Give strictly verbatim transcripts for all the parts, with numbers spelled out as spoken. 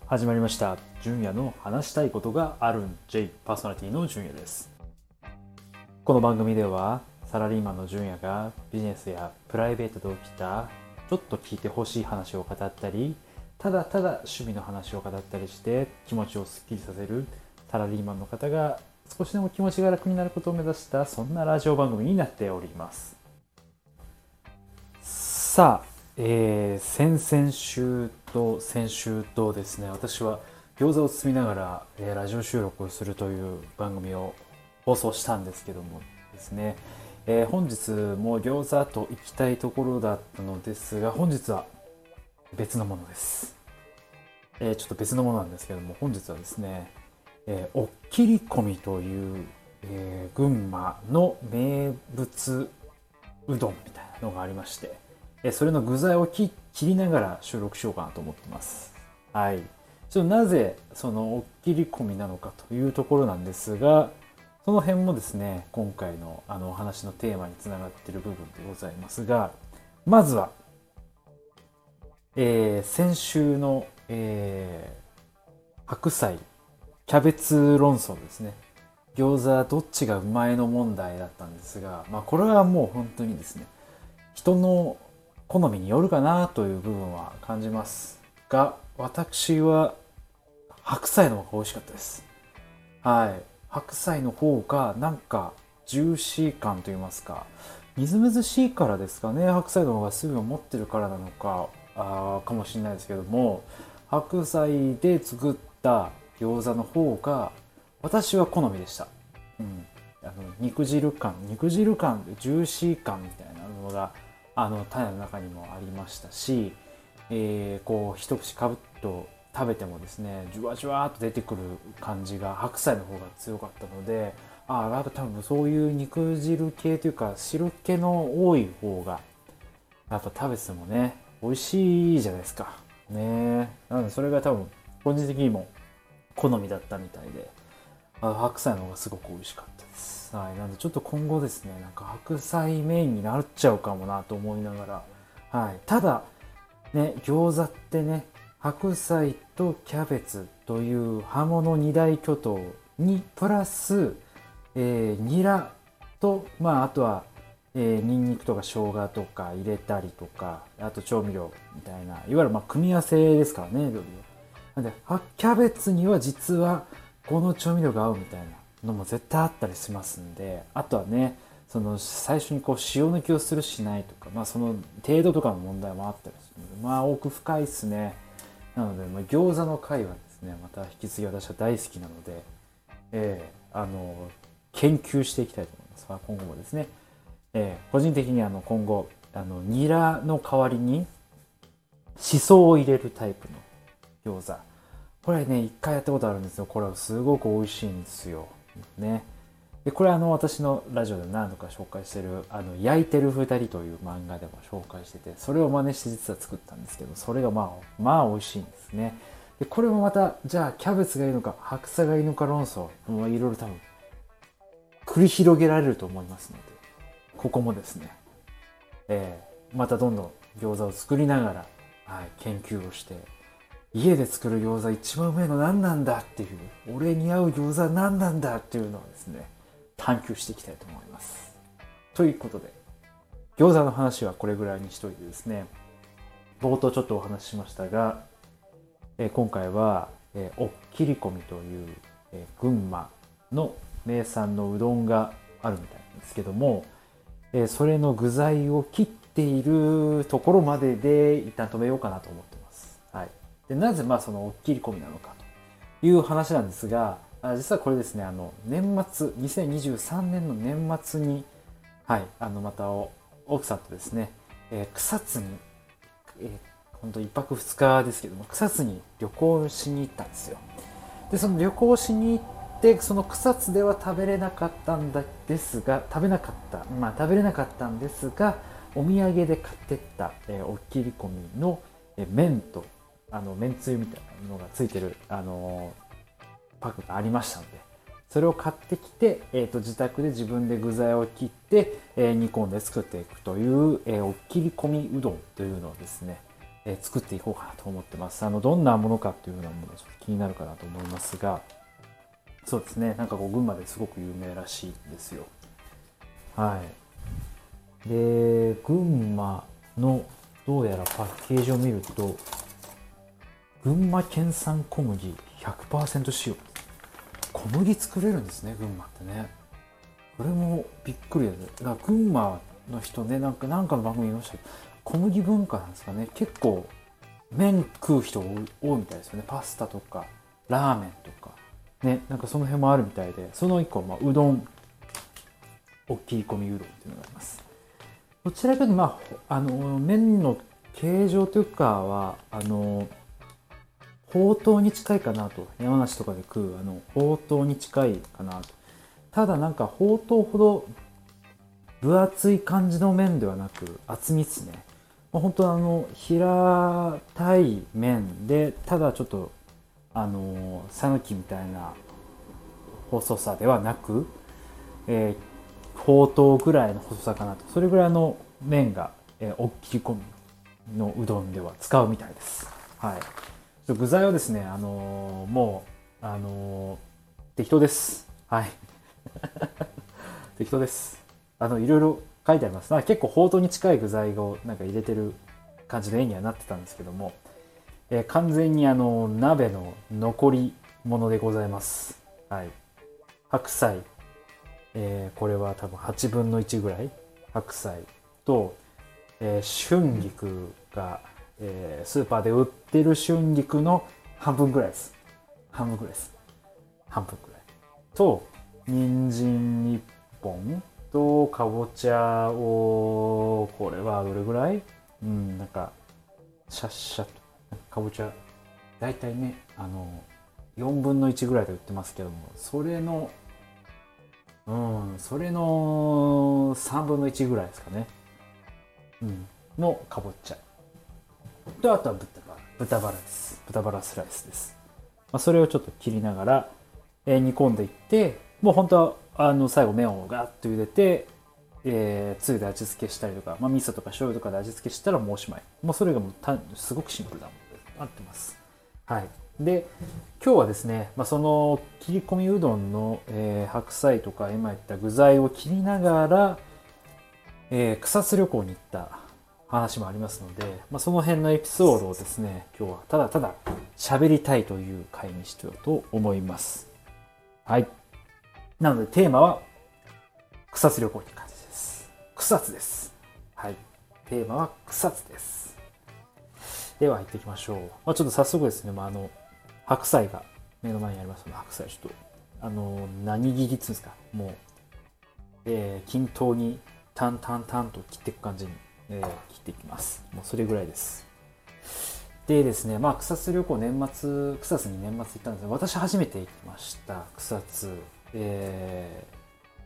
始まりました。純也の話したいことがあるん J パーソナリティの純也です。この番組ではサラリーマンの純也がビジネスやプライベートで起きたちょっと聞いてほしい話を語ったり、ただただ趣味の話を語ったりして気持ちをすっきりさせるサラリーマンの方が少しでも気持ちが楽になることを目指した、そんなラジオ番組になっております。さあ、えー、先々週と先週とですね、私は餃子を包みながら、えー、ラジオ収録をするという番組を放送したんですけどもですね、えー、本日も餃子と行きたいところだったのですが、本日は別のものです。えー、ちょっと別のものなんですけども、本日はですね、えー、おっきり込みという、えー、群馬の名物うどんみたいなのがありまして、それの具材を切りながら収録しようかなと思ってます。はい。ちょっとなぜそのおっきり込みなのかというところなんですが、その辺もですね、今回のあのお話のテーマにつながっている部分でございますが、まずは、えー、先週の、えー、白菜、キャベツ論争ですね。餃子どっちがうまいの問題だったんですが、まあこれはもう本当にですね、人の好みによるかなという部分は感じますが、私は白菜の方が美味しかったです。はい。白菜の方がなんかジューシー感といいますか、みずみずしいからですかね。白菜の方が水分を持ってるからなのか、あかもしれないですけども、白菜で作った餃子の方が私は好みでした。うん。あの肉汁感、肉汁感、ジューシー感みたいなのがあの種の中にもありましたし、えー、こう一口かぶっと食べてもですね、じゅわじゅわっと出てくる感じが白菜の方が強かったので、ああやっぱ多分そういう肉汁系というか汁気の多い方がやっぱ食べててもね美味しいじゃないですかね。なのでそれが多分個人的にも好みだったみたいで、あ白菜の方がすごく美味しかったです。はい、なのでちょっと今後ですね、なんか白菜メインになっちゃうかもなと思いながら、はい、ただね、餃子ってね、白菜とキャベツという葉物二大巨頭にプラス、えー、ニラと、まあ、あとは、えー、ニンニクとか生姜とか入れたりとか、あと調味料みたいな、いわゆるまあ組み合わせですからね、料理は。なんで、キャベツには実はこの調味料が合うみたいなのも絶対あったりしますんで、あとはね、その最初にこう塩抜きをするしないとか、まあその程度とかの問題もあったりするので、まあ奥深いですね。なので、まあ、餃子の回はですね、また引き継ぎ私は大好きなので、えー、あの研究していきたいと思います。今後もですね、えー、個人的にあの今後あのニラの代わりにシソを入れるタイプの餃子、これね一回やったことあるんですよ。これはすごく美味しいんですよね。でこれあの私のラジオで何度か紹介してるあの焼いてるふたりという漫画でも紹介してて、それを真似して実は作ったんですけど、それがまあまあ美味しいんですね。でこれもまたじゃあキャベツがいいのか白菜がいいのか論争、もういろいろ多分繰り広げられると思いますので、ここもですね、えー、またどんどん餃子を作りながら、はい、研究をして、家で作る餃子一番うめえの何なんだっていう、俺に合う餃子何なんだっていうのをですね、探求していきたいと思います。ということで、餃子の話はこれぐらいにしといてですね、冒頭ちょっとお話ししましたが、えー、今回は、えー、おっきり込みという、えー、群馬の名産のうどんがあるみたいなんですけども、えー、それの具材を切っているところまでで一旦止めようかなと思ってます。はい。でなぜまあそのおっきり込みなのかという話なんですが、実はこれですね、あの年末にせんにじゅうさんねんの年末に、はい、あのまた奥さんとですね、えー、草津に、えー、本当一泊二日ですけども、草津に旅行しに行ったんですよ。でその旅行しに行って、その草津では食べれなかったんですが、食べなかった、まあ食べれなかったんですが、お土産で買ってった、えー、おっきり込みの、えー、麺とあの麺つゆみたいなのがついてる、あのーパックがありましたので、それを買ってきて、えー、と自宅で自分で具材を切って、えー、煮込んで作っていくという、えー、おっきり込みうどんというのをですね、 えー作っていこうかなと思ってます。あのどんなものかっていうようなものちょっと気になるかなと思いますが、そうですね、なんかこう群馬ですごく有名らしいんですよ。はい。で、群馬のどうやらパッケージを見ると、群馬県産小麦 ひゃくパーセント 使用。小麦作れるんですね、群馬ってね。これもびっくりです。だから群馬の人ね、なんかなんかの番組見ましたけど、小麦文化なんですかね。結構麺食う人多いみたいですよね。パスタとかラーメンとかね、なんかその辺もあるみたいで、その一個、まあ、うどん、大きい込みうどんっていうのがあります。どちらかというと、まあ、あの麺の形状というかはあのほうとうに近いかなと。山梨とかで食うあのほうとうに近いかなと。ただなんかほうとうほど分厚い感じの麺ではなく厚みですね。まあ、本当あの平たい麺で、ただちょっとあの讃岐みたいな細さではなく、えー、ほうとうぐらいの細さかなと。それぐらいの麺が、えー、大きい込みのうどんでは使うみたいです。はい。具材はですね、あのー、もう、あのー、適当です。はい。適当です。あの、いろいろ書いてあります。なんか結構ほうとうに近い具材をなんか入れてる感じの絵にはなってたんですけども、えー、完全にあの、鍋の残り物でございます。はい。白菜、えー、これは多分はちぶんのいちぐらい。白菜と、えー、春菊が、えー、スーパーで売ってる春菊の半分ぐらいです。半分ぐらいです。半分ぐらい。と、人参いっぽんと、かぼちゃを、これはどれぐらい、うん、なんか、シャッシャッと。かぼちゃ、だいたいね、あの、よんぶんのいちぐらいで売ってますけども、それの、うん、それのさんぶんのいちぐらいですかね。うん、のかぼちゃ。と、あとは豚バラ。豚バラです。豚バラスライスです。まあ、それをちょっと切りながら、えー、煮込んでいって、もう本当は、あの、最後麺をガッと茹でて、えー、つゆで味付けしたりとか、まあ、味噌とか醤油とかで味付けしたらもうおしまい。もうそれがもうたすごくシンプルなものでなってます。はい。で、今日はですね、まあ、その切り込みうどんの、えー、白菜とか今言った具材を切りながら、えー、草津旅行に行った話もありますので、まあ、その辺のエピソードをですね、今日はただただ喋りたいという回にしようと思います。はい。なのでテーマは草津旅行って感じです。草津です。はい。テーマは草津です。では行っていきましょう。まあ、ちょっと早速ですね、まあ、あの、白菜が目の前にありますので、白菜ちょっと、あの、何切りっつうんですか、もう、えー、均等にタンタンタンと切っていく感じに、えー、切っていきます。もうそれぐらいです。でですね、まあ草津旅行年末、草津に年末行ったんですが、私初めて行きました。草津。えー、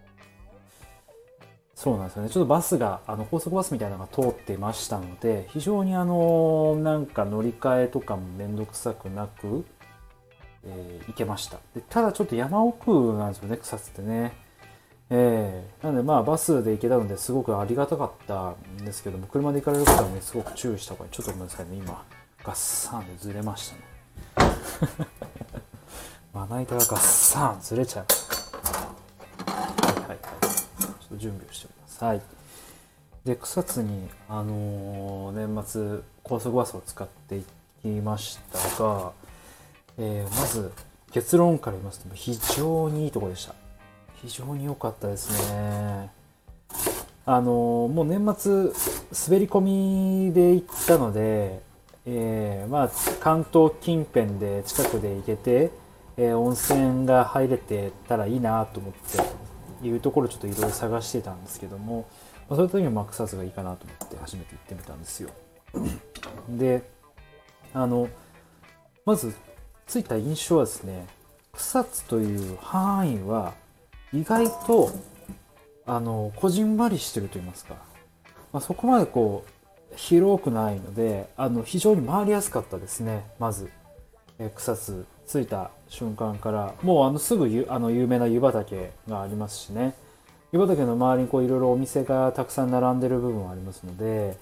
そうなんですよね。ちょっとバスが、あの高速バスみたいなのが通ってましたので、非常にあの、なんか乗り換えとかもめんどくさくなく、えー、行けました。で、ただちょっと山奥なんですよね、草津ってね。ええー、なのでまあバスで行けたのですごくありがたかったんですけども、車で行かれる方はね、すごく注意した方がいい。ちょっとごめんなさいね、今、ガッサーンでずれましたね。まな板がガッサーンずれちゃう。はいはいはい。ちょっと準備をしてください。で、草津に、あのー、年末高速バスを使って行きましたが、えー、まず結論から言いますと非常にいいところでした。非常に良かったですね。あのもう年末滑り込みで行ったので、えー、まあ関東近辺で近くで行けて、えー、温泉が入れてたらいいなと思っていうところちょっといろいろ探してたんですけども、まあ、それとにも草津がいいかなと思って初めて行ってみたんですよ。で、あのまずついた印象はですね、草津という範囲は意外とあのこじんまりしてると言いますか、まあ、そこまでこう広くないので、あの非常に回りやすかったですね。まず、え草津着いた瞬間からもうあのすぐゆあの有名な湯畑がありますしね、湯畑の周りにこういろいろお店がたくさん並んでる部分はありますので、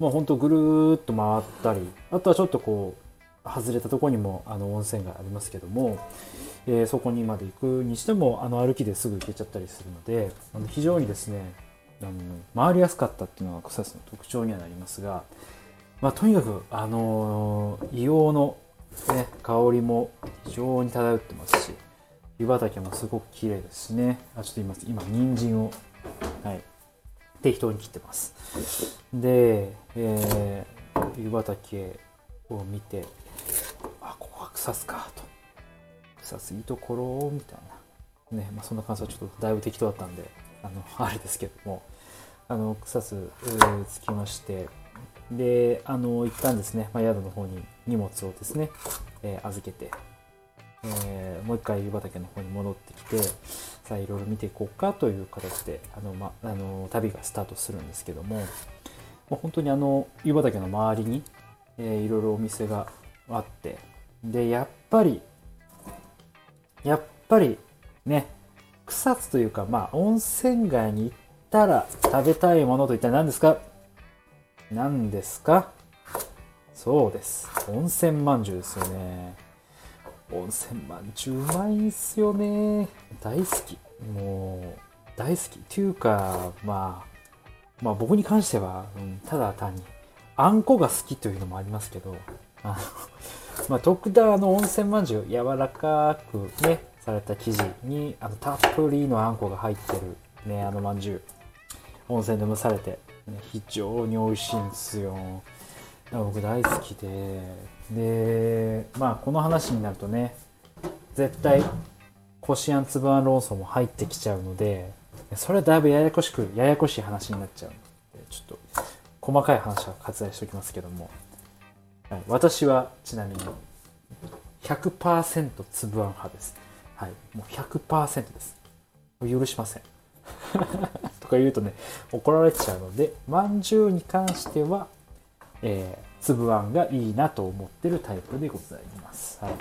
もうほんとぐるーっと回ったり、あとはちょっとこう外れたところにもあの温泉がありますけども、えー、そこにまで行くにしてもあの歩きですぐ行けちゃったりするので、あの非常にですね、あの回りやすかったっていうのが草津の特徴にはなりますが、まあ、とにかくあのー、硫黄の、ね、香りも非常に漂ってますし、湯畑もすごく綺麗ですしね。あ、ちょっと今今人参を、はい、適当に切ってます。で、えー、湯畑を見て、あ、ここは草津かと、草津いいところみたいなね、まあ、そんな感想はちょっとだいぶ適当だったんで、あのあれですけども、あの草津着きまして、で、あの一旦ですね、まあ、宿の方に荷物をですね、えー、預けて、えー、もう一回湯畑の方に戻ってきて、さあいろいろ見ていこうかという形であの、ま、あの旅がスタートするんですけども、まあ、本当にあの湯畑の周りに、えー、いろいろお店があって、でやっぱりやっぱりね、草津というか、まあ温泉街に行ったら食べたいものといったら何ですか？何ですか？そうです、温泉まんじゅうですよね。温泉まんじゅううまいんすよね。大好き、もう大好きっていうか、まあまあ僕に関しては、うん、ただ単にあんこが好きというのもありますけど、あのまあ特段あの温泉まんじゅう柔らかくねされた生地にあのたっぷりのあんこが入ってるね、あのまんじゅう、温泉で蒸されて、ね、非常に美味しいんですよ。僕大好きで、でまあこの話になるとね、絶対こしあんつぶあん論争も入ってきちゃうので、それはだいぶややこしくややこしい話になっちゃうので、ちょっと細かい話は割愛しておきますけども、はい、私はちなみに ひゃくパーセント つぶあん派です。はい、もう ひゃくパーセント です。許しませんとか言うとね怒られちゃうので、まんじゅうに関しては、えー、つぶあんがいいなと思ってるタイプでございます。はい、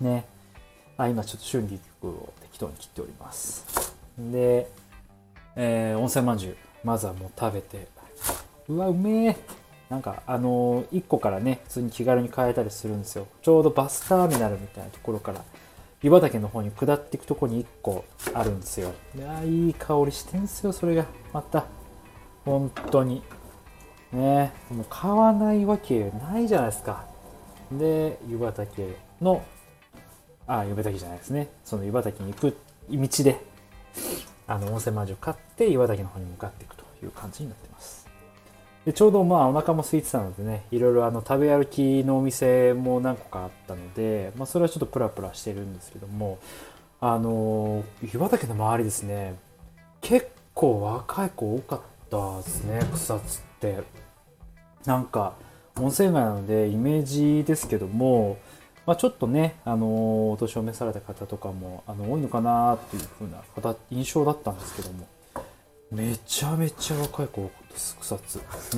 ね、あ、今ちょっと春菊を適当に切っております。で、えー、温泉まんじゅうまずはもう食べて、うわうめえ、なんかあのー、いっこからね普通に気軽に買えたりするんですよ。ちょうどバスターミナルみたいなところから湯畑の方に下っていくところにいっこあるんですよ。いやいい香りしてんすよ、それがまた本当にね、もう買わないわけないじゃないですか。で湯畑のあ湯畑じゃないですね、その湯畑に行く道であの温泉まんじゅう買って湯畑の方に向かっていくという感じになってます。でちょうどまあお腹も空いてたのでね、いろいろあの食べ歩きのお店も何個かあったので、まあ、それはちょっとプラプラしてるんですけども、あの湯畑の周りですね、結構若い子多かったですね、草津って。なんか温泉街なのでイメージですけども、まあ、ちょっとね、あのお年を召された方とかもあの多いのかなっていう風な印象だったんですけども、めちゃめちゃ若い子多かったです、草津。うん。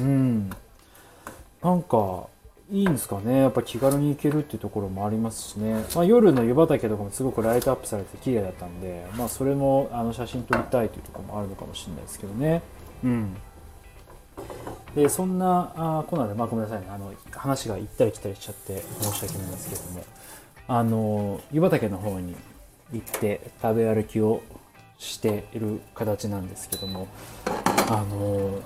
なんか、いいんですかね。やっぱ気軽に行けるっていうところもありますしね。まあ、夜の湯畑とかもすごくライトアップされて綺麗だったんで、まあ、それもあの写真撮りたいというところもあるのかもしれないですけどね。うん。で、そんな、あコーナーで、まあ、ごめんなさいね。あの、話が行ったり来たりしちゃって申し訳ないんですけども、あの、湯畑の方に行って食べ歩きをしている形なんですけども、あの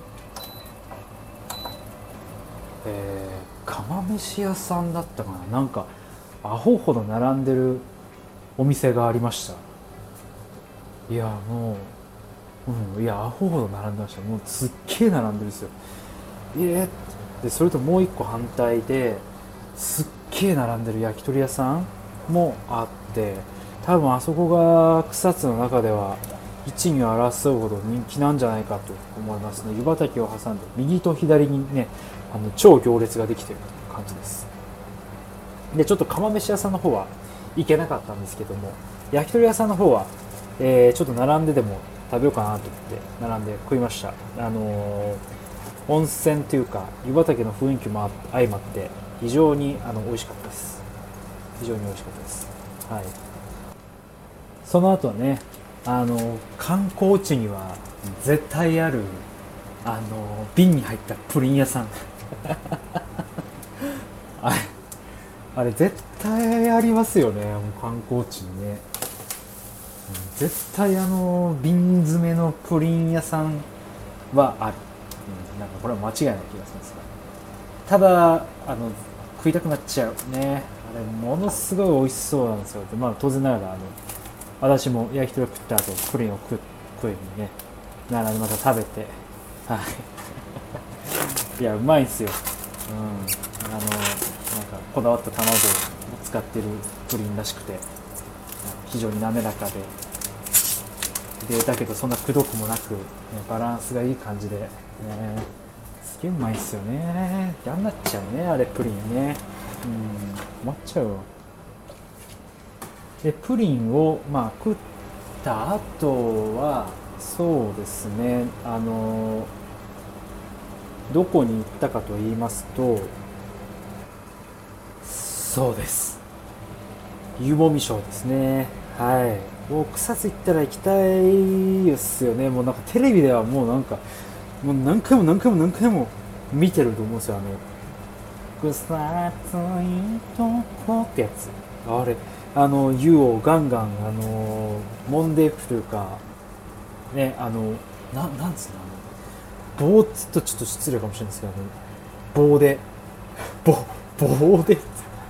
えー、釜飯屋さんだったかな、なんかアホほど並んでるお店がありました。いやもう、うん、いやアホほど並んでました。もうすっげえ並んでるんですよ。えー、でそれともう一個反対ですっげえ並んでる焼き鳥屋さんもあって、多分あそこが草津の中では一二を争うほど人気なんじゃないかと思いますね。湯畑を挟んで右と左にね、あの超行列ができているという感じです。でちょっと釜飯屋さんの方は行けなかったんですけども、焼き鳥屋さんの方は、えー、ちょっと並んででも食べようかなと思って並んで食いました。あのー、温泉というか湯畑の雰囲気も相まって非常にあの美味しかったです。非常に美味しかったです。はい。その後はね、あの観光地には絶対あるあの瓶に入ったプリン屋さんあれあれ絶対ありますよね、もう観光地にね。絶対あの瓶詰めのプリン屋さんはある、うん、なんかこれは間違いない気がしますが、ただあの食いたくなっちゃうね。あれものすごい美味しそうなんですよ。で、まあ、当然ながらあの私も焼き鳥を食った後プリンを食食いにね並んでまた食べて、はいいやうまいんですよ、うん、あのなんかこだわった卵を使ってるプリンらしくて非常に滑らかででだけどそんなくどくもなく、ね、バランスがいい感じで、ね、すげえうまいっすよね。やんなっちゃうねあれプリンね。うん、困っちゃうわ。でプリンをまあ食った後はそうですね、あのどこに行ったかと言いますと、そうです湯もみショーですね。はい、もう草津行ったら行きたいですよね。もうなんかテレビではもうなんかもう何回も何回も何回も見てると思うんですよ。あの草津いいとこってやつ、あれあの湯をガンガンあの揉んでいくというかね、あのななんつうの、棒っつとちょっと失礼かもしれないですけど、棒で棒棒で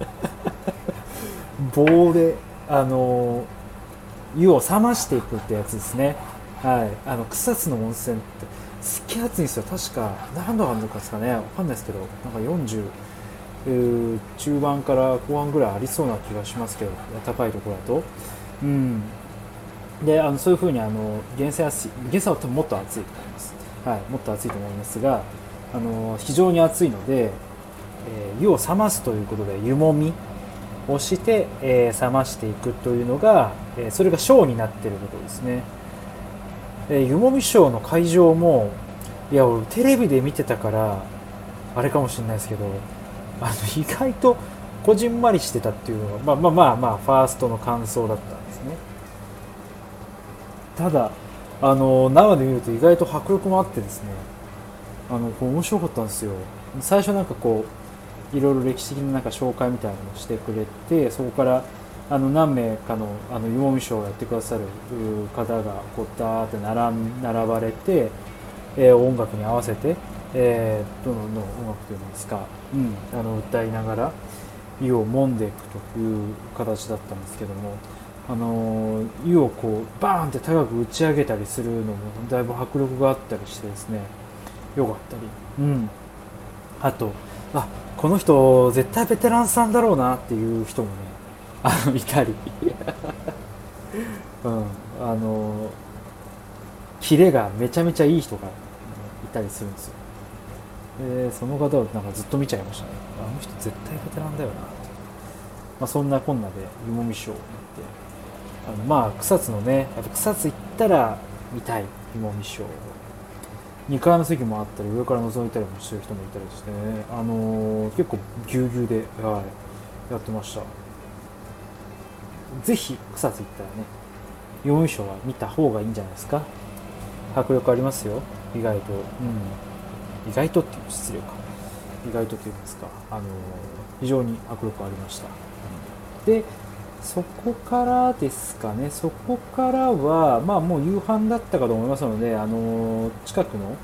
棒であの湯を冷ましていくってやつですね。はい、あの草津の温泉ってすっげえ暑いんですよ。確か何度あるのかですかね、わかんないですけど、なんかよんじゅう、えー中盤から後半ぐらいありそうな気がしますけど、高いところだと、うん、であのそういう風にあの源泉圧源泉は多分もっと暑いと思います。はい、もっと暑いと思いますが、あの非常に暑いので、えー湯を冷ますということで湯もみをして、えー冷ましていくというのが、えーそれがショーになっていることですね。えー湯もみショーの会場も、いや俺テレビで見てたからあれかもしれないですけど、あの意外とこじんまりしてたっていうのがまあまあまあまあファーストの感想だったんですね。ただあの生で見ると意外と迫力もあってですね、あのこう面白かったんですよ。最初なんかこういろいろ歴史的ななんか紹介みたいなのをしてくれて、そこからあの何名かのあの湯もみショーをやってくださる方がこうダーって並ん並ばれて、えー音楽に合わせて、えーどのの音楽というんですか、うん、あの歌いながら湯を揉んでいくという形だったんですけども、あの湯をこうバーンって高く打ち上げたりするのもだいぶ迫力があったりしてですね、よかったり、うん、あとあこの人絶対ベテランさんだろうなっていう人もねあのいたり、うん、あのキレがめちゃめちゃいい人がいたりするんですよ。でその方をなんかずっと見ちゃいましたね。あの人絶対ベテランだよなって、まあ、そんなこんなで湯もみショーを見て、あのまあ草津のねやっぱ草津行ったら見たい湯もみショー、にかいの席もあったり上から覗いたりもしてる人もいたりしてね、あのー結構ぎゅうぎゅうで、はい、やってました。ぜひ草津行ったらね湯もみショーは見た方がいいんじゃないですか。迫力ありますよ意外と、うん、意外とっていう失礼か、意外とといいますか、あのー非常に迫力ありました。でそこからですかね、そこからはまあもう夕飯だったかと思いますので、あのー近くの、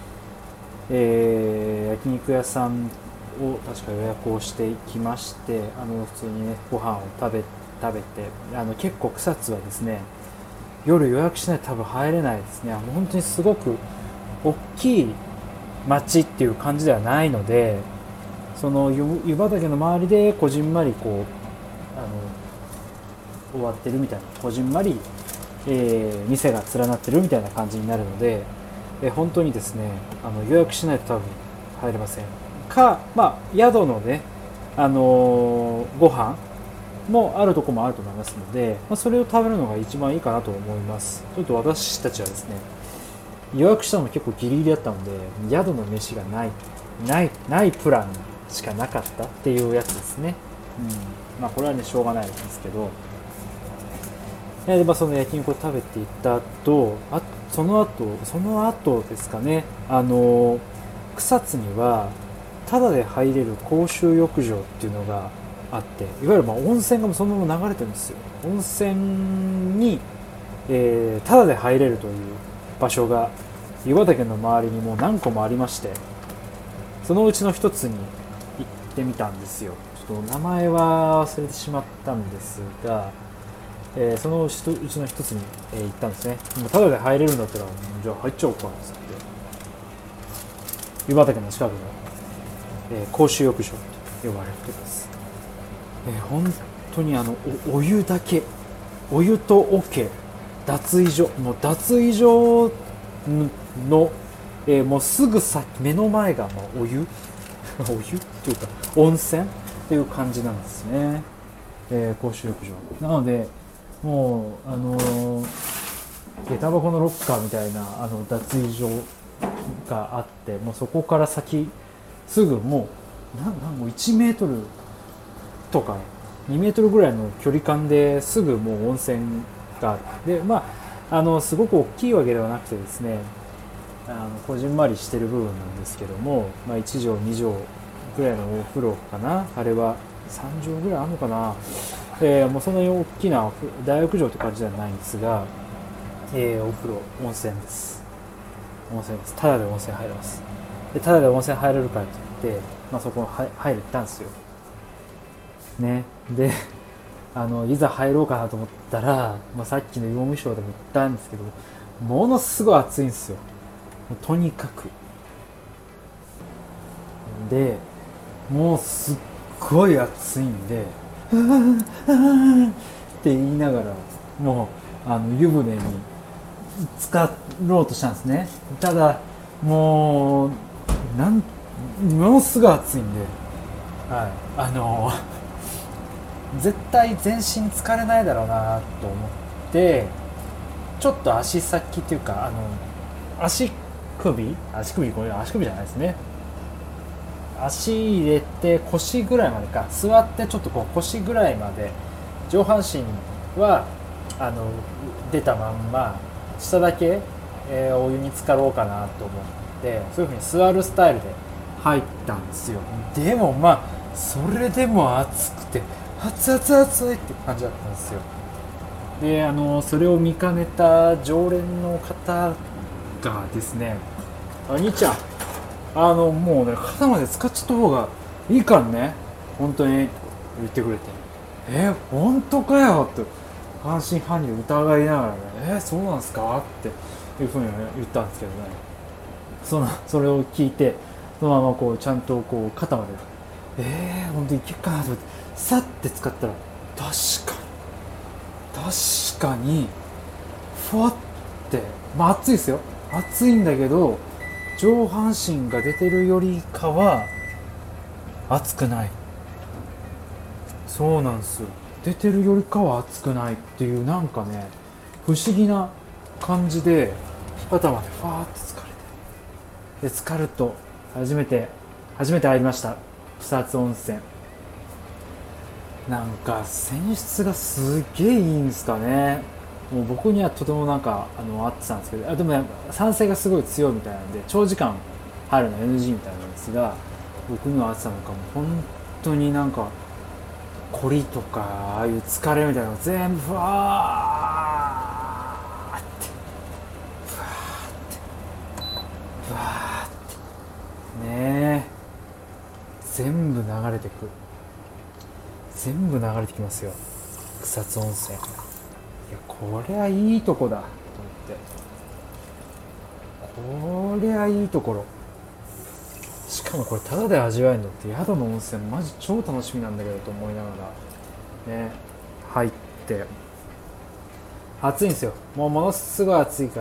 えー焼肉屋さんを確か予約をしていきまして、あの普通にねご飯を食べ食べて、あの結構草津はですね夜予約しないと多分入れないですね。もう本当にすごく大きい街っていう感じではないので、その湯畑の周りでこじんまりこうあの終わってるみたいな、こじんまり、えー店が連なってるみたいな感じになるので、えー本当にですねあの予約しないと多分入れませんか。まあ宿のねあのーご飯もあるところもあると思いますので、まあ、それを食べるのが一番いいかなと思います。ちょっと私たちはですね予約したのも結構ギリギリだったので宿の飯がないないないプランしかなかったっていうやつですね。うん、まあこれはねしょうがないんですけど、でまあその焼肉を食べていった後、あその後その後ですかね、あの草津にはタダで入れる公衆浴場っていうのがあって、いわゆるまあ温泉がそのまま流れてるんですよ。温泉に、えー、タダで入れるという場所が湯畑の周りにもう何個もありまして、そのうちの一つに行ってみたんですよ。ちょっと名前は忘れてしまったんですが、えー、そのうちの一つに、えー、行ったんですね。タダで入れるんだったらじゃあ入っちゃおうかっつって湯畑の近くの、えー、公衆浴場と呼ばれてます。えー、本当にあの お, お湯だけ、お湯と桶、脱衣所、もう脱衣所の、えー、もうすぐ先目の前がもうお湯お湯っていうか温泉っていう感じなんですね、えー、公衆浴場なので、もうあのー、下駄箱のロッカーみたいなあの脱衣所があって、もうそこから先すぐもうなんなんもういちメートルとかにメートルぐらいの距離感ですぐもう温泉があって、でまああのすごく大きいわけではなくてですね、あのこじんまりしてる部分なんですけども、まあ、いち畳に畳ぐらいのお風呂かな、あれはさん畳ぐらいあるのかな、えー、もうそんなに大きな大浴場って感じではないんですが、えー、お風呂温泉です温泉ですただで温泉入れます。でただで温泉入れるからといって、まあ、そこ入入る行ったんですよね。であのいざ入ろうかなと思ったら、まあ、さっきの湯もみショーでも言ったんですけど、ものすごい暑いんですよ。とにかくでもうすっごい暑いんで「あーあー」って言いながらもうあの湯船に浸かろうとしたんですね。ただもうなんものすごい暑いんで、はい、あの絶対全身疲れないだろうなと思って、ちょっと足先っていうかあの足首足首これ足首じゃないですね、足入れて腰ぐらいまでか、座ってちょっとこう腰ぐらいまで上半身はあの出たまんま下だけ、えー、お湯に浸かろうかなと思って、そういう風に座るスタイルで入ったんですよ。でもまあそれでも暑くて熱々熱いって感じだったんですよ。であのそれを見かねた常連の方がですね、あ兄ちゃんあのもうね肩まで使っちゃった方がいいからね本当に言ってくれて、えー、本当かよって半信半疑疑いながらね、えー、そうなんすかっていうふうに言ったんですけどね、そのそれを聞いてそのままこうちゃんとこう肩までえー、本当にいけっかなと思ってさって使ったら、確かに確かにふわって、まあ暑いですよ、暑いんだけど上半身が出てるよりかは熱くない。そうなんですよ、出てるよりかは熱くないっていう、なんかね不思議な感じで肩までファーって疲れて、で浸かると初めて初めて入りました草津温泉。なんか泉質がすげえいいんですかね。もう僕にはとてもなんかあの合ってたんですけど、あでもね酸性がすごい強いみたいなんで長時間入るの エヌジー みたいなんですが、僕には合ってたのかも本当になんか凝りとかああいう疲れみたいなのが全部ふわーってふわーってふわーってねえ全部流れてく全部流れてきますよ草津温泉。いやこりゃいいとこだと思って、こりゃいいところ、しかもこれタダで味わえるのって宿の温泉マジ超楽しみなんだけどと思いながらね入って、暑いんですよ、もうものすごい暑いから、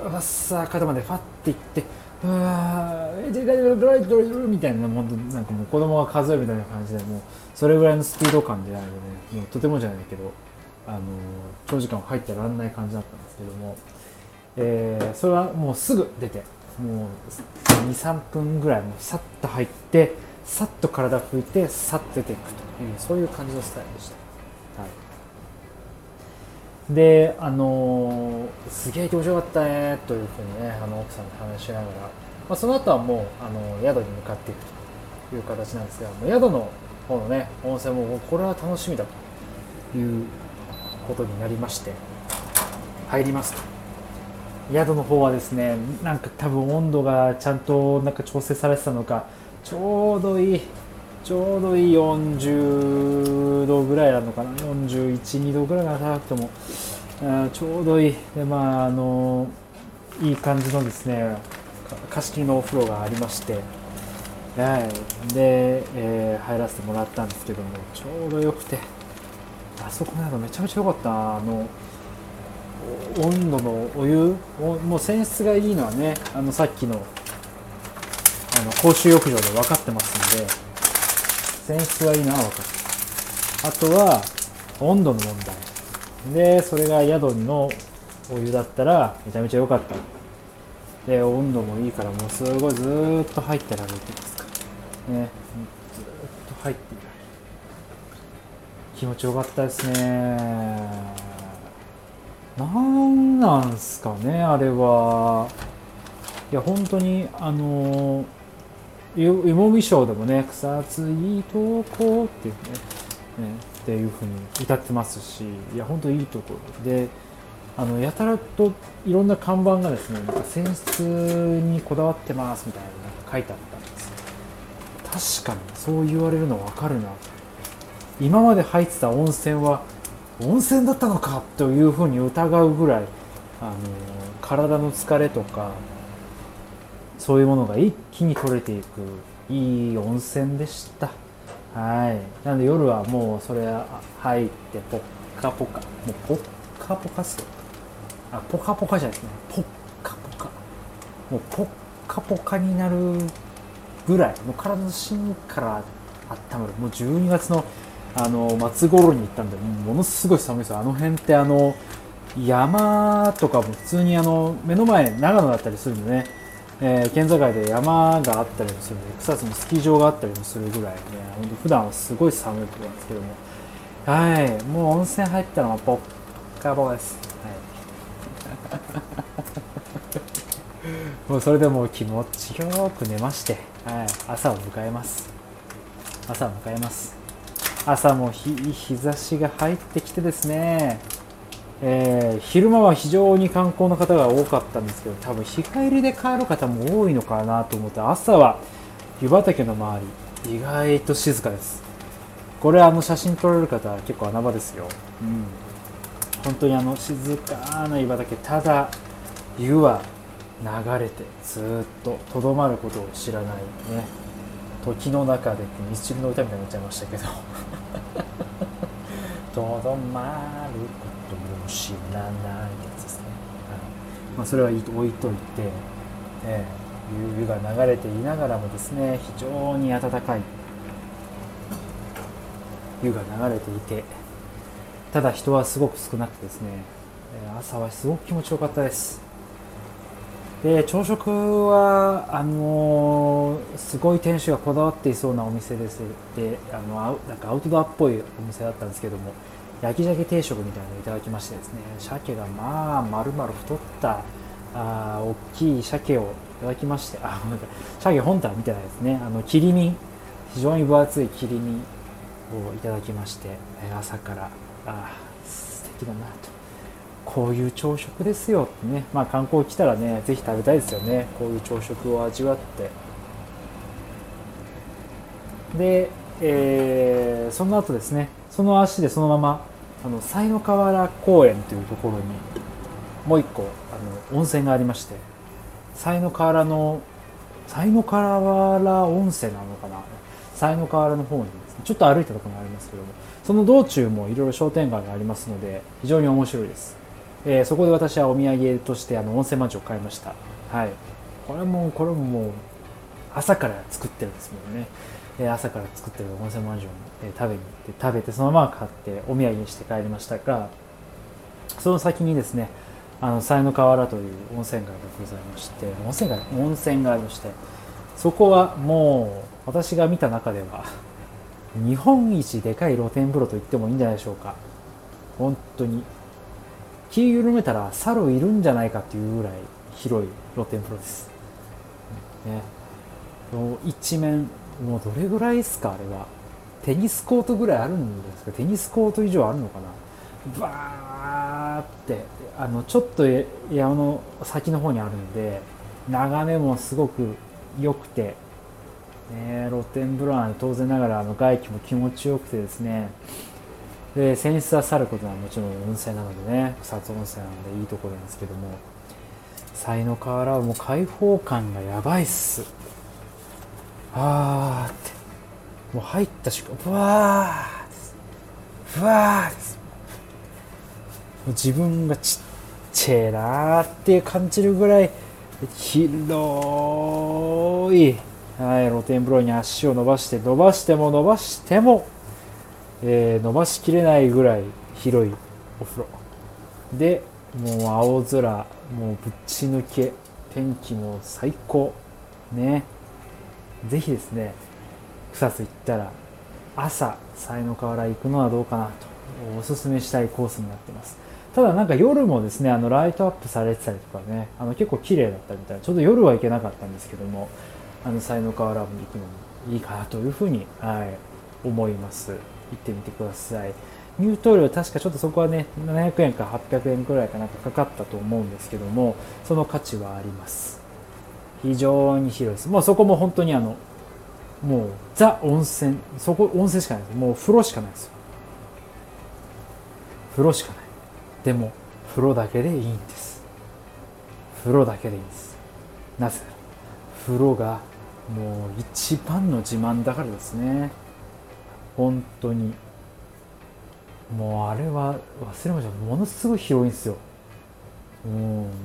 わっさー肩までファッていって、うわーででででででみたいな、もうなんかもう子供が数えるみたいな感じで、もうそれぐらいのスピード感でやるとね、もうとてもじゃないけどあのー、長時間入ってらんない感じだったんですけども、えー、それはもうすぐ出て、もう にさんぷんぐらいもうさっと入ってさっと体拭いてさっと出ていくという、そういう感じのスタイルでした。はい、 であのーすげえ気持ちよかったねというふうにね、あの奥さんと話しながら、まあ、その後はもうあの宿に向かっていくという形なんですが、もう宿の方のね温泉もこれは楽しみだということになりまして、入りますと。宿の方はですね、なんか多分温度がちゃんとなんか調整されてたのか、ちょうどいいちょうどいいよんじゅうどぐらいなのかな、よんじゅういち、にどぐらいが高くても、あちょうどいい。で、まあ、あの、いい感じのですね、貸し切りのお風呂がありまして、はい。で、えー入らせてもらったんですけども、ちょうどよくて、あそこの宿めちゃめちゃ良かったな。あの、温度のお湯、もう泉質がいいのはね、あの、さっきの、あの、公衆浴場で分かってますんで、泉質がいいのは分かる。あとは温度の問題で、それが宿のお湯だったらめちゃめちゃ良かった。で温度もいいから、もうすごいずーっと入ってられるってますかね、ずーっと入っていられる。気持ちよかったですね。なんなんすかねあれは。いや本当にあの湯もみショーでもね、草津いいとこっていうね、ねっていう風に歌ってますし、いや本当いいところで、あのやたらといろんな看板がですね、なんか泉質にこだわってますみたいなのが書いてあったんですよ。確かにそう言われるの分かるな。今まで入ってた温泉は温泉だったのかというふうに疑うぐらい、あの体の疲れとかそういうものが一気に取れていくいい温泉でした。はい。なので夜はもうそれ入ってポッカポカ、もうポッカポカっすよ。あ、ポカポカじゃないですね。ポッカポカ。もうポッカポカになるぐらい、もう体の芯から温まる。もうじゅうにがつのあの末頃に行ったんで、ものすごい寒いですよ。あの辺ってあの山とかも普通にあの目の前長野だったりするんでね、えー、県境で山があったりもするので、草津もスキー場があったりもするぐらいね、本当普段はすごい寒いところなんですけども、はい、もう温泉入ったのはポッカポカです。はい、もうそれでもう気持ちよく寝まして、はい、朝を迎えます。朝を迎えます。朝も 日, 日差しが入ってきてですね、えー、昼間は非常に観光の方が多かったんですけど、多分日帰りで帰る方も多いのかなと思って、朝は湯畑の周り意外と静かです。これあの写真撮れる方は結構穴場ですよ。うん、本当にあの静かな湯畑、ただ湯は流れてずっととどまることを知らないね、時の中でミスチルの歌みたいになっちゃいましたけどとどまることも知らないやつですね。はい、まあ、それは置いといて、えー、湯が流れていながらもですね、非常に温かい湯が流れていて、ただ人はすごく少なくてですね、朝はすごく気持ちよかったです。で朝食はあのー、すごい店主がこだわっていそうなお店です。であのなんかアウトドアっぽいお店だったんですけども、焼き鮭定食みたいなのをいただきましてですね、鮭がまあ丸々太ったあ大きい鮭をいただきまして、あ、ごめんなさい、鮭本体は見てないですね。あの切り身、非常に分厚い切り身をいただきまして、朝からあ素敵だなと、こういう朝食ですよってね、まあ観光来たらね、ぜひ食べたいですよね、こういう朝食を味わって。で、えー、その後ですね、その足でそのままあの西の河原公園というところにもう一個あの温泉がありまして、西の河原の西の河原温泉なのかな、西の河原の方にですね、ちょっと歩いたところがありますけども、その道中もいろいろ商店街がありますので非常に面白いです。えー、そこで私はお土産としてあの温泉まんじゅうを買いました。はい、これもこれももう朝から作ってるんですもんね。えー、朝から作ってる温泉まんじゅうを、えー、食べに行って食べてそのまま買ってお土産にして帰りましたが、その先にですね、あの西の河原という温泉街がございまして、温泉街温泉がありまして、そこはもう私が見た中では日本一でかい露天風呂と言ってもいいんじゃないでしょうか。本当に気緩めたら猿いるんじゃないかっていうぐらい広い露天風呂です、ね、一面もうどれぐらいですか、あれはテニスコートぐらいあるんですか、テニスコート以上あるのかな、バーってあのちょっと山の先の方にあるんで眺めもすごく良くて、ね、露天風呂なんで当然ながらあの外気も気持ちよくてですね、で泉質はさることはもちろん温泉なのでね、草津温泉なのでいいところなんですけども、西の河原はもう開放感がやばいっす。あーってもう入った瞬間ブワーブワー自分がちっちゃいなーって感じるぐらい広い、はい、露天風呂に足を伸ばして伸ばしても伸ばしても、えー、伸ばしきれないぐらい広いお風呂で、もう青空もうぶっち抜け、天気も最高ね。ぜひですね草津行ったら朝西の河原行くのはどうかなとおすすめしたいコースになってます。ただなんか夜もですねあのライトアップされてたりとかね、あの結構綺麗だったみたいな、ちょっと夜は行けなかったんですけども、あの西の河原も行くのもいいかなというふうに、はい、思います。行ってみてください。入湯料確かちょっとそこはねななひゃくえんかはっぴゃくえんくらいかなんかかかったと思うんですけども、その価値はあります。非常に広いです。もうそこも本当にあのもうザ温泉、そこ温泉しかないです。もう風呂しかないですよ。風呂しかない。でも風呂だけでいいんです。風呂だけでいいんです。なぜなら風呂がもう一番の自慢だからですね。本当にもうあれは忘れました。ものすごい広いんですよ。うん、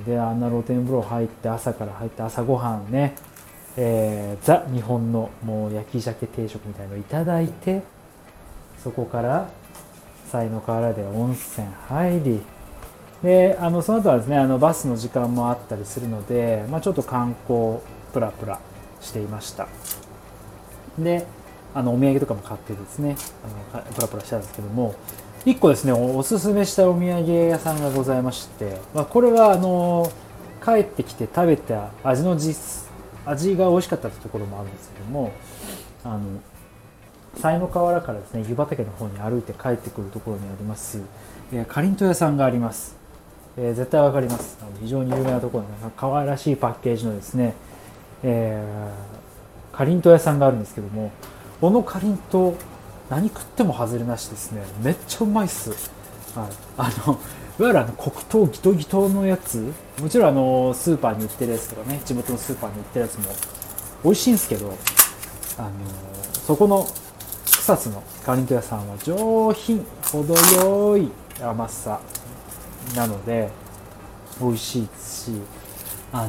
であんな露天風呂入って朝から入って朝ごはんね、えー、ザ日本のもう焼き鮭定食みたいのをいただいて、そこから西の河原で温泉入り、であのその後はですねあのバスの時間もあったりするので、まあ、ちょっと観光プラプラしていました。であのお土産とかも買ってですねあのプラプラしたんですけども、いっこですねおすすめしたお土産屋さんがございまして、まあ、これはあの帰ってきて食べた味の実味が美味しかったというところもあるんですけども、あの西の河原からですね湯畑の方に歩いて帰ってくるところにあります、えー、かりんとう屋さんがあります。えー、絶対わかります。あの非常に有名なところで可愛らしいパッケージのですね、えー、かりんとう屋さんがあるんですけども、このかりんとう何食っても外れなしですね。めっちゃうまいっす。はい、あのいわゆるあの黒糖ギトギトのやつ、もちろんあのスーパーに売ってるやつとかね、地元のスーパーに売ってるやつも美味しいんですけど、あのそこの草津のかりんとう屋さんは上品、程よい甘さなので美味しいですし、あの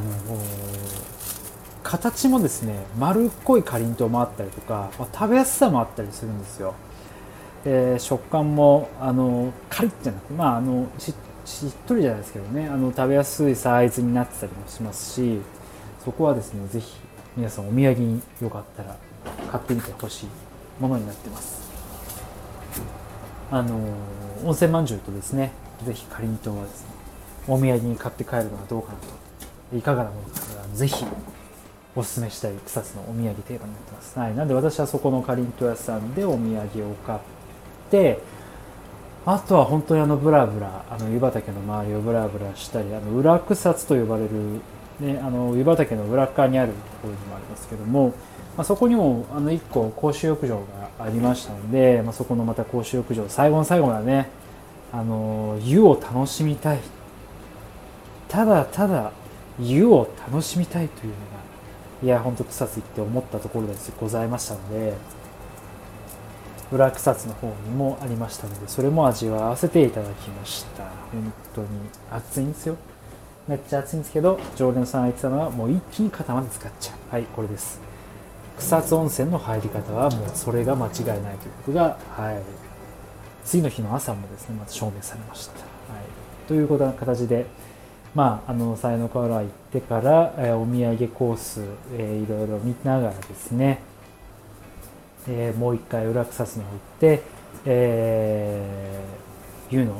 形もですね丸っこいかりんとうもあったりとか、まあ、食べやすさもあったりするんですよ。えー、食感もあのカリッじゃなくて、まあ、あの し, しっとりじゃないですけどね、あの食べやすいサイズになってたりもしますし、そこはですねぜひ皆さんお土産によかったら買ってみてほしいものになってます。あの温泉まんじゅうとですねぜひかりんとうはですねお土産に買って帰るのはどうかなと、いかがなものかぜひおすすめしたい草津のお土産定番になってます。はい、なんで私はそこのかりんとう屋さんでお土産を買って、あとは本当にあのブラブラあの湯畑の周りをブラブラしたり、あの裏草津と呼ばれる、ね、あの湯畑の裏側にあるところにもありますけども、まあ、そこにもあのいっこ公衆浴場がありましたので、まあ、そこのまた公衆浴場最後の最後までねあの湯を楽しみたい、ただただ湯を楽しみたいというのがいや本当草津行って思ったところでございましたので、裏草津の方にもありましたのでそれも味わわせていただきました。本当に暑いんですよ、めっちゃ暑いんですけど、常連さんが言ってたのはもう一気に肩まで使っちゃう。はい、これです。草津温泉の入り方はもうそれが間違いないということが、はい、次の日の朝もですねまた証明されました。はい、ということな形で、まあ、あの西の河原行ってから、えー、お土産コース、えー、いろいろ見ながらですね、えー、もう一回裏草津の方行って、えー、湯の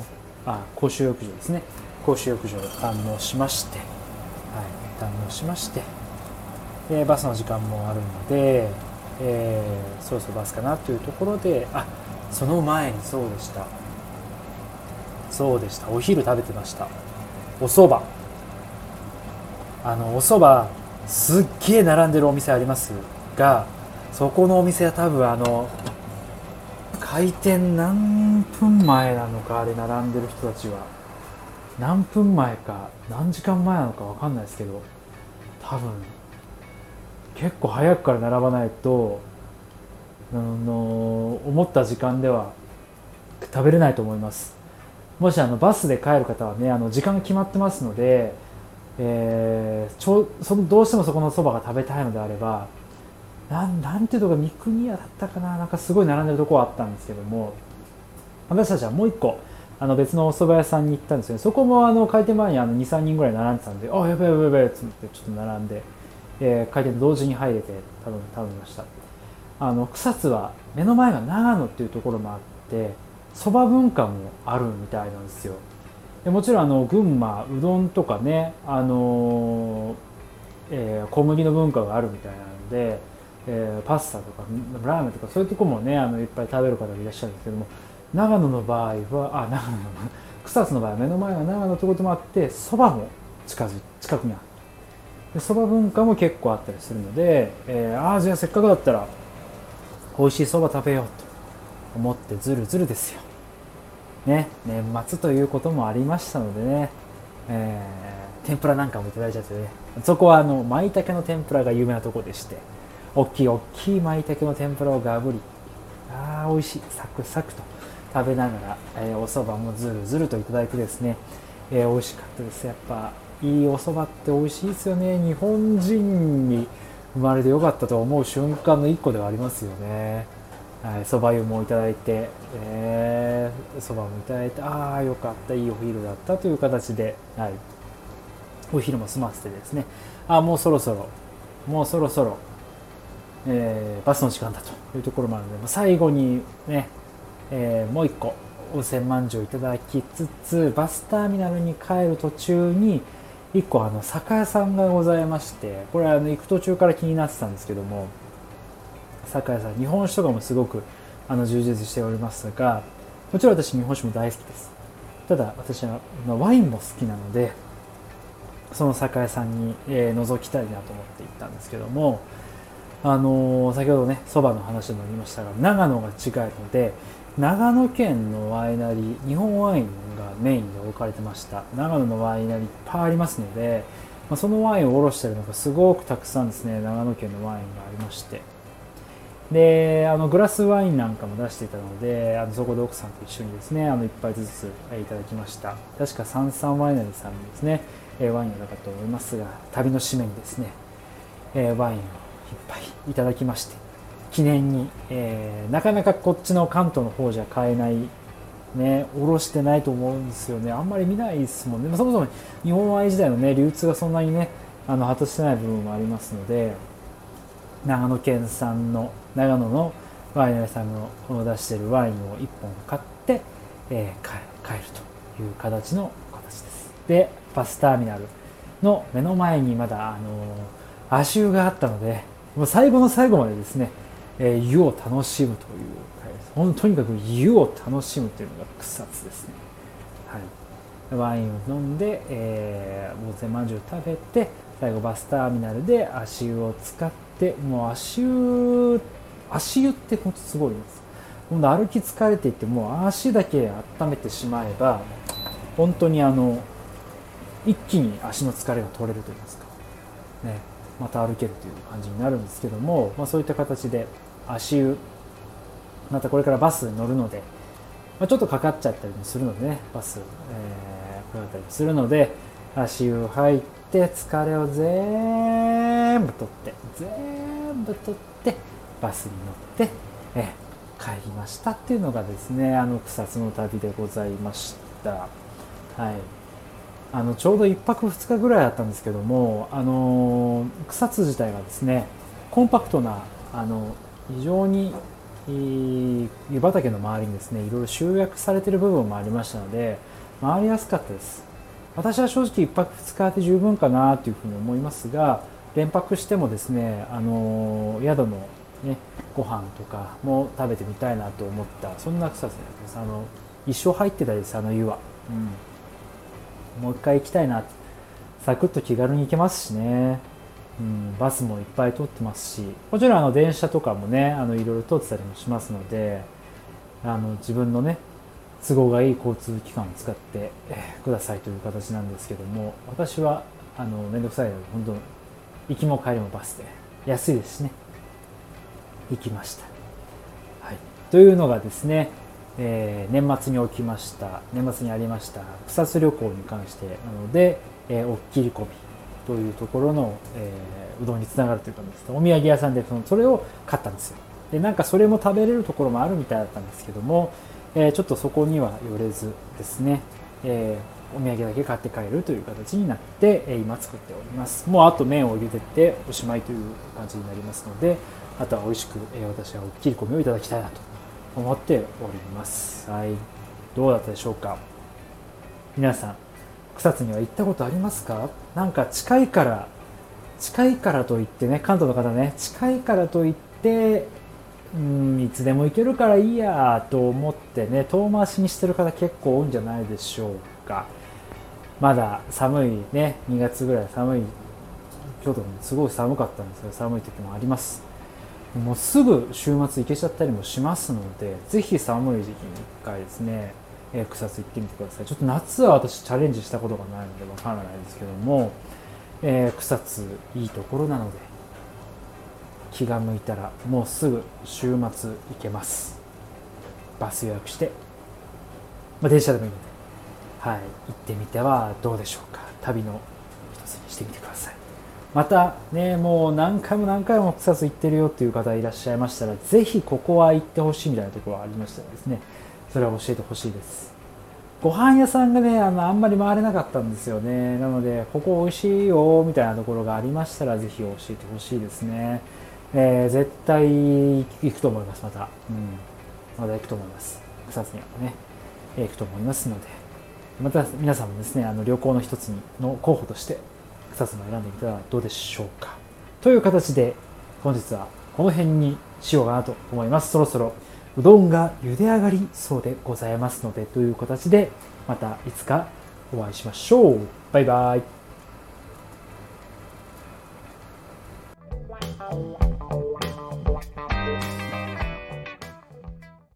あ公衆浴場ですね、公衆浴場を堪能しまして、はい、堪能しまして、でバスの時間もあるので、えー、そろそろバスかなというところで、あその前にそうでしたそうでしたお昼食べてました。お蕎麦、あのお蕎麦すっげえ並んでるお店ありますが、そこのお店は多分あの開店何分前なのか、あれ並んでる人たちは何分前か何時間前なのか分かんないですけど、多分結構早くから並ばないとあの思った時間では食べれないと思います。もしあのバスで帰る方はね、あの時間が決まってますので、えー、ちょそのどうしてもそこのそばが食べたいのであれば、なんなんていうとこ、三国屋だったかな、なんかすごい並んでるところあったんですけども、私たちはもう一個あの別のお蕎麦屋さんに行ったんですよね。そこもあの開店前にあのに、さんにんぐらい並んでたんで、あやべえやべえやべえってちょっと並んで、えー、開店と同時に入れて頼み頼みました。あの草津は目の前が長野っていうところもあって、蕎麦文化もあるみたいなんですよ。でもちろんあの群馬うどんとかね、あのーえー、小麦の文化があるみたいなので、えー、パスタとかラーメンとかそういうところもね、あのいっぱい食べる方がいらっしゃるんですけども、長野の場合はあ長野の草津の場合は目の前が長野ということもあって、蕎麦も近づ近くにある。蕎麦文化も結構あったりするので、えー、ああじゃあせっかくだったら美味しい蕎麦食べようと思ってずるずるですよね、年末ということもありましたのでね、えー、天ぷらなんかもいただいちゃってね、そこはあの舞茸の天ぷらが有名なところでして、大きい大きい舞茸の天ぷらをガブリ、あー美味しい、サクサクと食べながら、えー、お蕎麦もずるずるといただいてですね、えー、美味しかったです。やっぱいいお蕎麦って美味しいですよね。日本人に生まれてよかったと思う瞬間の一個ではありますよね。はい、蕎麦湯もいただいて、えー、蕎麦もいただいて、ああよかった、いいお昼だったという形で、はい、お昼も済ませてですね、あもうそろそろもうそろそろ、えー、バスの時間だというところもあるので、最後にね、えー、もう一個温泉まんじゅうをいただきつつ、バスターミナルに帰る途中に一個あの酒屋さんがございまして、これはあの行く途中から気になってたんですけども、酒屋さん、日本酒とかもすごくあの充実しておりますが、もちろん私日本酒も大好きです。ただ私はワインも好きなので、その酒屋さんに、えー、覗きたいなと思って行ったんですけども、あのー、先ほどねそばの話にもありましたが、長野が近いので長野県のワイナリー、日本ワインがメインで置かれてました。長野のワイナリーいっぱいありますので、まあ、そのワインを卸しているのがすごくたくさんですね、長野県のワインがありまして、であのグラスワインなんかも出していたので、あのそこで奥さんと一緒にですね、あのいっぱいずついただきました。確かサンサンワイナリーさんのですねワインだったと思いますが、旅の締めにですねワインをいっぱいいただきまして、記念に、えー、なかなかこっちの関東の方じゃ買えないね、おろしてないと思うんですよね。あんまり見ないですもんね。まあ、そもそも日本ワイン自体のね流通がそんなにねあの果たしてない部分もありますので、長野県産の長野のワイナリーさんの出しているワインをいっぽん買って、えー、帰るという形の形です。でバスターミナルの目の前にまだあのー、足湯があったので、もう最後の最後までですね、えー、湯を楽しむという、本当にかく湯を楽しむというのが草津ですね。はい、ワインを飲んで、えー、温泉まんじゅう食べて、最後バスターミナルで足湯を使って、もう足湯足湯って本当すごいんです。今度歩き疲れていても足だけ温めてしまえば、本当にあの一気に足の疲れが取れるといいますかね、また歩けるという感じになるんですけども、まあ、そういった形で足湯、またこれからバスに乗るので、まあ、ちょっとかかっちゃったりもするのでね、バス、えー、かかったりもするので、足湯入って疲れを全部取って全部取ってバスに乗って、えー、帰りましたっていうのがですね、あの草津の旅でございました。はい、あのちょうどいっぱくふつかぐらいだったんですけども、あの草津自体がですねコンパクトな、あの非常に湯畑の周りにですねいろいろ集約されている部分もありましたので、 回りやすかったです。私は正直いっぱくふつかで十分かなというふうに思いますが、連泊してもですね、あの宿のねご飯とかも食べてみたいなと思った、そんな草津です。あの一生入ってたです、あの湯は。うん、もう一回行きたいな。サクッと気軽に行けますしね。うん、バスもいっぱい通ってますし、もちろんあの電車とかもね、あのいろいろ通ってたりもしますので、あの自分のね都合がいい交通機関を使ってくださいという形なんですけども、私はあの面倒くさいので本当行きも帰りもバスで安いですしね、行きました。はい、というのがですね、えー、年末に起きました年末にありました草津旅行に関してなので、えー、おっきりこびというところの、えー、うどんにつながるというかですね、お土産屋さんでそのそれを買ったんですよ。でなんかそれも食べれるところもあるみたいだったんですけども、えー、ちょっとそこには寄れずですね、えー、お土産だけ買って帰るという形になって、えー、今作っております。もうあと麺を茹でておしまいという感じになりますので、あとは美味しく、えー、私はおっきり米をいただきたいなと思っております。はい、どうだったでしょうか。皆さん草津には行ったことありますか？なんか近いから近いからといってね、関東の方ね、近いからといってうん、いつでも行けるからいいやと思ってね、遠回しにしてる方結構多いんじゃないでしょうか。まだ寒いね、にがつぐらい寒い、京都もすごい寒かったんですが、寒い時もあります。もうすぐ週末行けちゃったりもしますので、ぜひ寒い時期にいっかいですね、えー、草津行ってみてください。ちょっと夏は私チャレンジしたことがないのでわからないですけども、えー、草津いいところなので、気が向いたらもうすぐ週末行けます。バス予約して、まあ、電車でもいいので、はい、行ってみてはどうでしょうか。旅の一つにしてみてください。またね、もう何回も何回も草津行ってるよっていう方いらっしゃいましたら、ぜひここは行ってほしいみたいなところがありましたらですね、それは教えてほしいです。ご飯屋さんがね、あのあんまり回れなかったんですよね。なのでここ美味しいよみたいなところがありましたら、ぜひ教えてほしいですね。えー、絶対行くと思います。また、うん、また行くと思います。草津にはね、行くと思いますので、また皆さんもですね、あの旅行の一つの候補として草津も選んでみたらどうでしょうか。という形で本日はこの辺にしようかなと思います。そろそろうどんが茹で上がりそうでございますので、という形でまたいつかお会いしましょう。バイバイ。